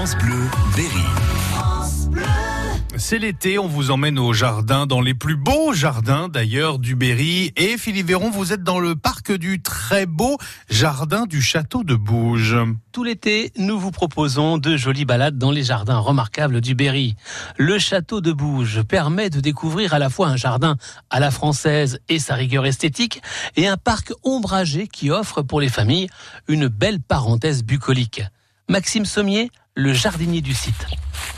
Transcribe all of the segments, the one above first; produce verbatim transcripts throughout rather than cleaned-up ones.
France Bleu Berry. C'est l'été, on vous emmène au jardin, dans les plus beaux jardins d'ailleurs du Berry. Et Philippe Véron, vous êtes dans le parc du très beau jardin du château de Bouges. Tout l'été, nous vous proposons de jolies balades dans les jardins remarquables du Berry. Le château de Bouges permet de découvrir à la fois un jardin à la française et sa rigueur esthétique, et un parc ombragé qui offre pour les familles une belle parenthèse bucolique. Maxime Sommier, le jardinier du site.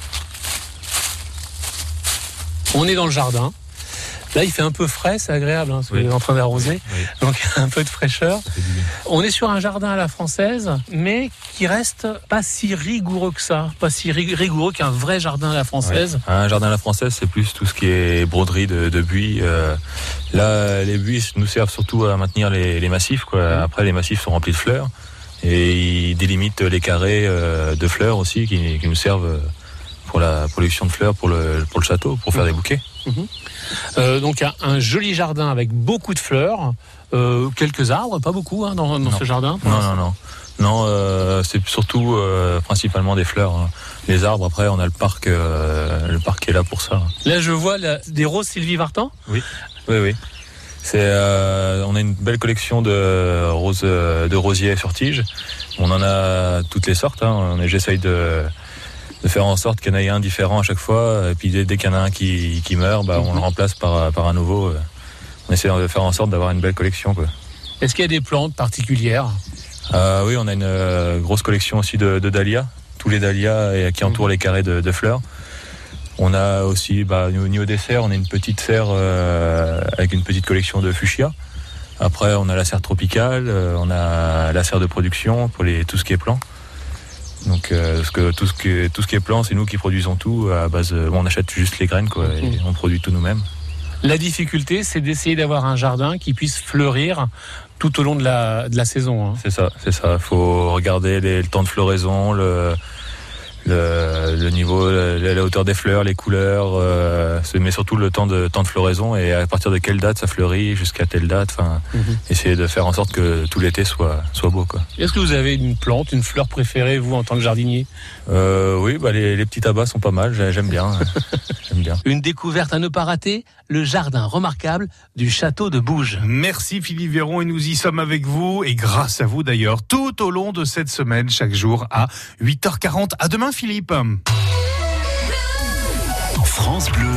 On est dans le jardin. Là, il fait un peu frais, c'est agréable, hein, parce oui. qu'on est en train d'arroser. Oui. Donc, un peu de fraîcheur. On est sur un jardin à la française, mais qui reste pas si rigoureux que ça. Pas si rigoureux qu'un vrai jardin à la française. Oui. Un jardin à la française, c'est plus tout ce qui est broderie de, de buis. Euh, là, les buis nous servent surtout à maintenir les, les massifs, quoi. Après, les massifs sont remplis de fleurs. Et ils délimitent les carrés euh, de fleurs aussi, qui, qui nous servent pour la production de fleurs pour le, pour le château, pour faire mmh. des bouquets. Mmh. Euh, donc un, un joli jardin avec beaucoup de fleurs, euh, quelques arbres, pas beaucoup hein, dans, dans ce jardin. Non, non, non, non. Euh, c'est surtout euh, principalement des fleurs. Hein. Les arbres, après, on a le parc, euh, le parc qui est là pour ça. Là, je vois la, des roses Sylvie Vartan. Oui, oui, oui. C'est, euh, on a une belle collection de roses, de rosiers sur tige. On en a toutes les sortes. Hein. J'essaye de de faire en sorte qu'il y en ait un différent à chaque fois, et puis dès, dès qu'il y en a un qui, qui meurt, bah, on le remplace par, par un nouveau. On essaie de faire en sorte d'avoir une belle collection, quoi. Est-ce qu'il y a des plantes particulières ? euh, Oui, on a une euh, grosse collection aussi de, de dahlias, tous les dahlias qui entourent les carrés de, de fleurs. On a aussi, bah, au niveau des serres, on a une petite serre euh, avec une petite collection de fuchsia. Après, on a la serre tropicale, euh, on a la serre de production pour les, tout ce qui est plant. Donc euh, parce que tout ce qui tout ce qui est plant, c'est nous qui produisons tout à base. Bon, on achète juste les graines, quoi, et on produit tout nous-mêmes. La difficulté, c'est d'essayer d'avoir un jardin qui puisse fleurir tout au long de la de la saison. Hein. C'est ça, c'est ça. Il faut regarder les, le temps de floraison, le le, le niveau, la, la hauteur des fleurs, les couleurs, euh, mais surtout le temps de temps de floraison et à partir de quelle date ça fleurit jusqu'à telle date. Enfin, mm-hmm. essayer de faire en sorte que tout l'été soit soit beau, quoi. Est-ce que vous avez une plante, une fleur préférée, vous, en tant que jardinier ? euh, Oui, bah les, les petits tabacs sont pas mal. J'aime bien. J'aime bien. Une découverte à ne pas rater, le jardin remarquable du château de Bouges. Merci Philippe Véron, et nous y sommes avec vous, et grâce à vous d'ailleurs, tout au long de cette semaine, chaque jour à huit heures quarante. À demain Philippe. France Bleu.